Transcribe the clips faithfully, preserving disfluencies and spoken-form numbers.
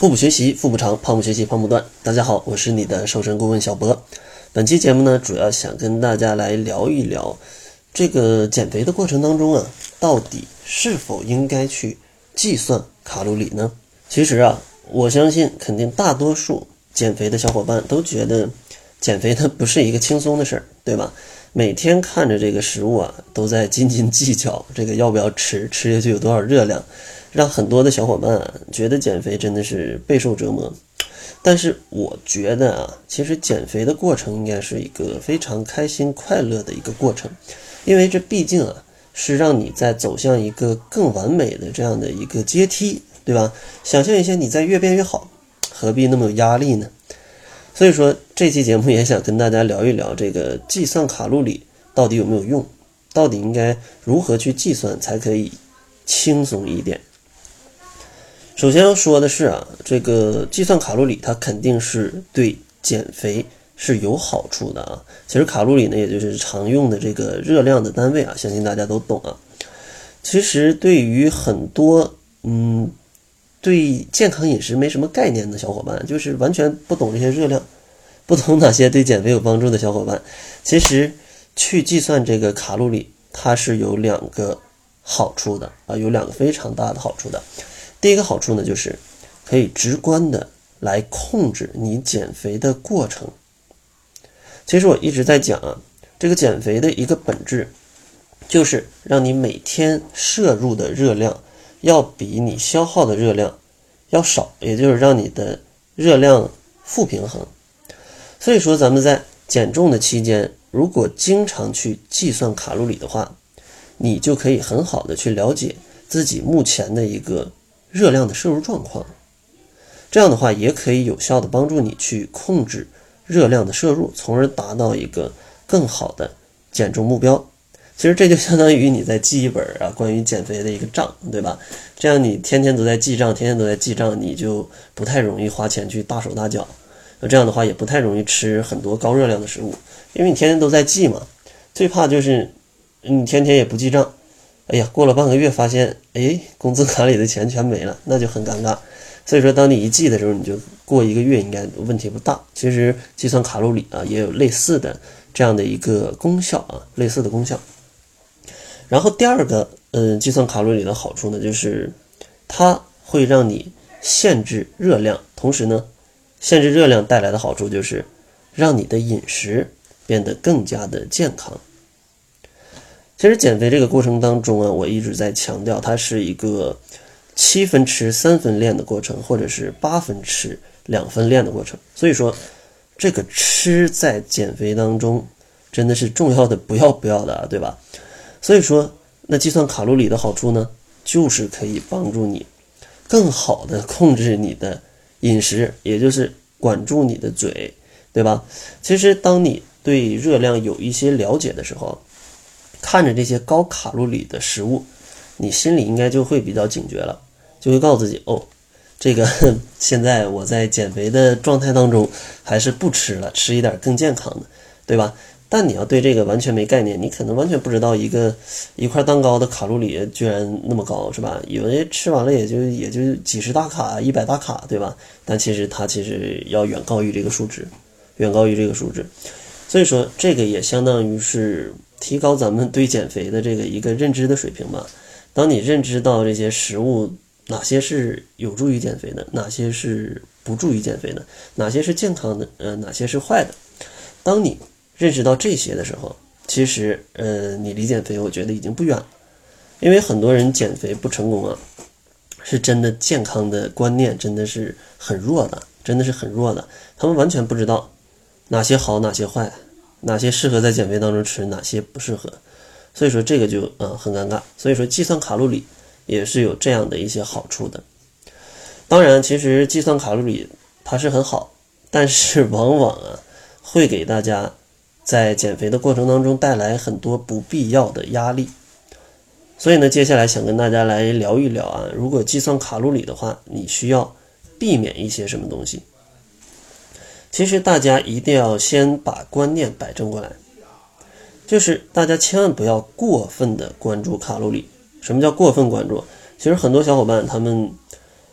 腹部学习腹部长，胖不学习胖不断。大家好，我是你的瘦身顾问小博。本期节目呢，主要想跟大家来聊一聊这个减肥的过程当中啊，到底是否应该去计算卡路里呢？其实啊，我相信肯定大多数减肥的小伙伴都觉得减肥呢不是一个轻松的事儿，对吧？每天看着这个食物啊，都在斤斤计较这个要不要吃，吃下去有多少热量，让很多的小伙伴啊觉得减肥真的是备受折磨。但是我觉得啊，其实减肥的过程应该是一个非常开心快乐的一个过程，因为这毕竟啊是让你在走向一个更完美的这样的一个阶梯，对吧？想象一下你在越变越好，何必那么有压力呢？所以说这期节目也想跟大家聊一聊这个计算卡路里到底有没有用，到底应该如何去计算才可以轻松一点。首先要说的是啊，这个计算卡路里它肯定是对减肥是有好处的啊。其实卡路里呢，也就是常用的这个热量的单位啊，相信大家都懂啊。其实对于很多嗯对健康饮食没什么概念的小伙伴，就是完全不懂这些热量，不懂哪些对减肥有帮助的小伙伴，其实去计算这个卡路里，它是有两个好处的啊，有两个非常大的好处的。第一个好处呢，就是可以直观的来控制你减肥的过程。其实我一直在讲啊，这个减肥的一个本质就是让你每天摄入的热量要比你消耗的热量要少，也就是让你的热量负平衡。所以说咱们在减重的期间，如果经常去计算卡路里的话，你就可以很好的去了解自己目前的一个热量的摄入状况，这样的话也可以有效的帮助你去控制热量的摄入，从而达到一个更好的减重目标。其实这就相当于你在记一本啊关于减肥的一个账，对吧？这样你天天都在记账，天天都在记账，你就不太容易花钱去大手大脚，这样的话也不太容易吃很多高热量的食物，因为你天天都在记嘛。最怕就是你天天也不记账，哎呀，过了半个月发现，哎，工资卡里的钱全没了，那就很尴尬。所以说当你一记的时候，你就过一个月应该问题不大。其实计算卡路里啊也有类似的这样的一个功效啊，类似的功效。然后第二个嗯，计算卡路里的好处呢，就是它会让你限制热量，同时呢限制热量带来的好处就是让你的饮食变得更加的健康。其实减肥这个过程当中啊，我一直在强调它是一个七分吃三分练的过程，或者是八分吃两分练的过程。所以说这个吃在减肥当中真的是重要的不要不要的啊，对吧？所以说那计算卡路里的好处呢，就是可以帮助你更好的控制你的饮食，也就是管住你的嘴，对吧？其实当你对热量有一些了解的时候，看着这些高卡路里的食物，你心里应该就会比较警觉了，就会告诉自己，哦，这个现在我在减肥的状态当中，还是不吃了，吃一点更健康的，对吧？但你要对这个完全没概念，你可能完全不知道一个一块蛋糕的卡路里居然那么高，是吧？以为吃完了也就也就几十大卡一百大卡，对吧？但其实它其实要远高于这个数值，远高于这个数值。所以说这个也相当于是提高咱们对减肥的这个一个认知的水平吧。当你认知到这些食物哪些是有助于减肥的，哪些是不助于减肥的，哪些是健康的，呃，哪些是坏的，当你认识到这些的时候，其实呃，你离减肥我觉得已经不远了。因为很多人减肥不成功啊，是真的健康的观念真的是很弱的，真的是很弱的。他们完全不知道哪些好哪些坏，哪些适合在减肥当中吃，哪些不适合。所以说这个就呃很尴尬。所以说计算卡路里也是有这样的一些好处的。当然其实计算卡路里它是很好，但是往往啊会给大家在减肥的过程当中带来很多不必要的压力。所以呢，接下来想跟大家来聊一聊啊，如果计算卡路里的话，你需要避免一些什么东西。其实大家一定要先把观念摆正过来，就是大家千万不要过分的关注卡路里。什么叫过分关注？其实很多小伙伴他们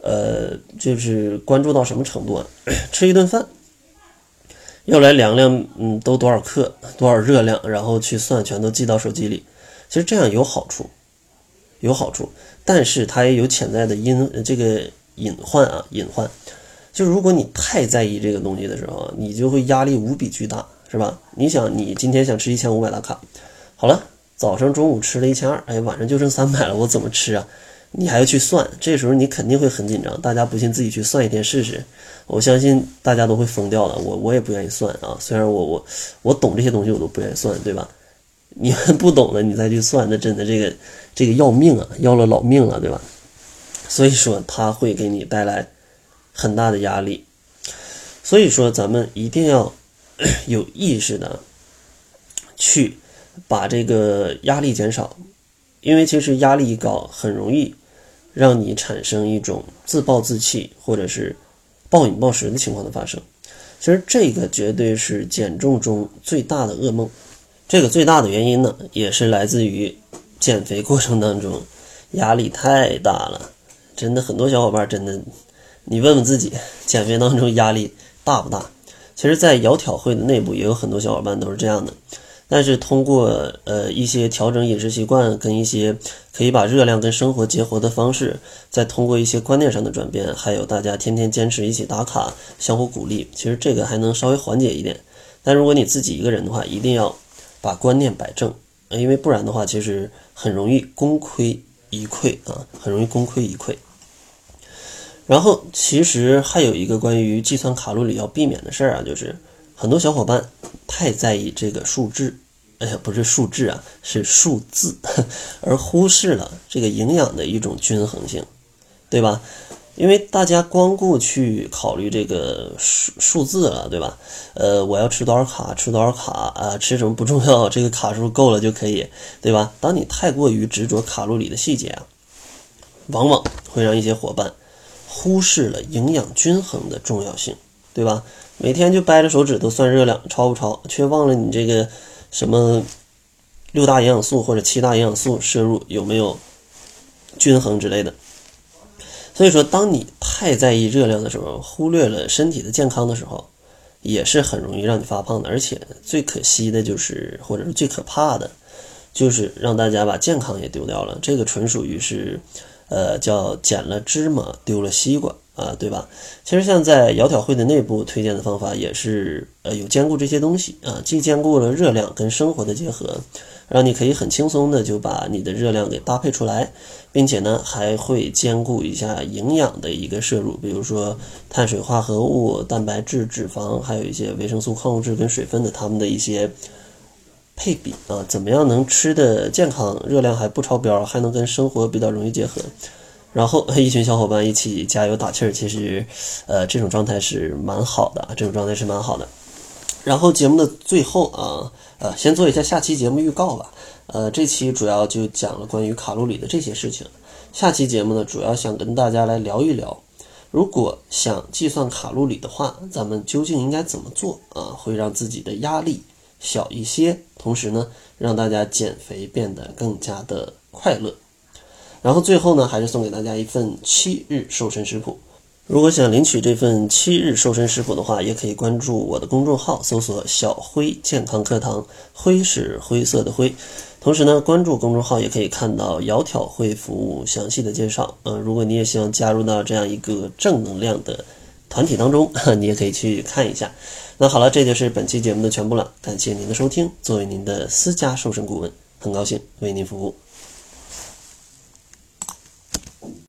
呃，就是关注到什么程度啊？吃一顿饭要来量量，嗯，都多少克，多少热量，然后去算，全都记到手机里。其实这样有好处，有好处，但是它也有潜在的因这个隐患啊，隐患。就如果你太在意这个东西的时候，你就会压力无比巨大，是吧？你想，你今天想吃一千五百大卡，好了，早上中午吃了一千二，哎，晚上就剩三百了，我怎么吃啊？你还要去算，这时候你肯定会很紧张。大家不信自己去算一天试试，我相信大家都会疯掉的。我我也不愿意算啊，虽然我我我懂这些东西，我都不愿意算，对吧？你们不懂的，你再去算，那真的这个这个要命啊，要了老命了，对吧？所以说它会给你带来很大的压力。所以说咱们一定要有意识的去把这个压力减少。因为其实压力一高，很容易让你产生一种自暴自弃或者是暴饮暴食的情况的发生。其实这个绝对是减重中最大的噩梦。这个最大的原因呢，也是来自于减肥过程当中压力太大了。真的很多小伙伴真的，你问问自己，减肥当中压力大不大？其实在窈窕会的内部也有很多小伙伴都是这样的。但是通过呃一些调整饮食习惯，跟一些可以把热量跟生活结合的方式，再通过一些观念上的转变，还有大家天天坚持一起打卡，相互鼓励，其实这个还能稍微缓解一点。但如果你自己一个人的话，一定要把观念摆正，因为不然的话，其实很容易功亏一篑啊，很容易功亏一篑。然后其实还有一个关于计算卡路里要避免的事儿啊，就是很多小伙伴太在意这个数字，哎呀，不是数字啊，是数字，而忽视了这个营养的一种均衡性，对吧？因为大家光顾去考虑这个数数字了，对吧？呃，我要吃多少卡，吃多少卡啊，吃什么不重要，这个卡数够了就可以，对吧？当你太过于执着卡路里的细节啊，往往会让一些伙伴忽视了营养均衡的重要性，对吧？每天就掰着手指头算热量超不超，却忘了你这个什么六大营养素或者七大营养素摄入有没有均衡之类的。所以说当你太在意热量的时候，忽略了身体的健康的时候，也是很容易让你发胖的。而且最可惜的就是或者是最可怕的就是让大家把健康也丢掉了。这个纯属于是呃叫捡了芝麻丢了西瓜啊，对吧？其实像在窈窕会的内部推荐的方法也是呃有兼顾这些东西啊，既兼顾了热量跟生活的结合，让你可以很轻松的就把你的热量给搭配出来，并且呢还会兼顾一下营养的一个摄入，比如说碳水化合物、蛋白质、脂肪，还有一些维生素、矿物质跟水分的它们的一些配比啊，怎么样能吃的健康，热量还不超标，还能跟生活比较容易结合。然后一群小伙伴一起加油打气儿，其实呃这种状态是蛮好的，这种状态是蛮好的。然后节目的最后啊，呃先做一下下期节目预告吧。呃这期主要就讲了关于卡路里的这些事情。下期节目呢，主要想跟大家来聊一聊，如果想计算卡路里的话，咱们究竟应该怎么做啊，会让自己的压力小一些，同时呢让大家减肥变得更加的快乐。然后最后呢，还是送给大家一份七日瘦身食谱。如果想领取这份七日瘦身食谱的话，也可以关注我的公众号，搜索小辉健康课堂，辉是灰色的灰。同时呢，关注公众号也可以看到窈窕会服务详细的介绍。呃，如果你也希望加入到这样一个正能量的团体当中，你也可以去看一下。那好了，这就是本期节目的全部了，感谢您的收听。作为您的私家瘦身顾问，很高兴为您服务。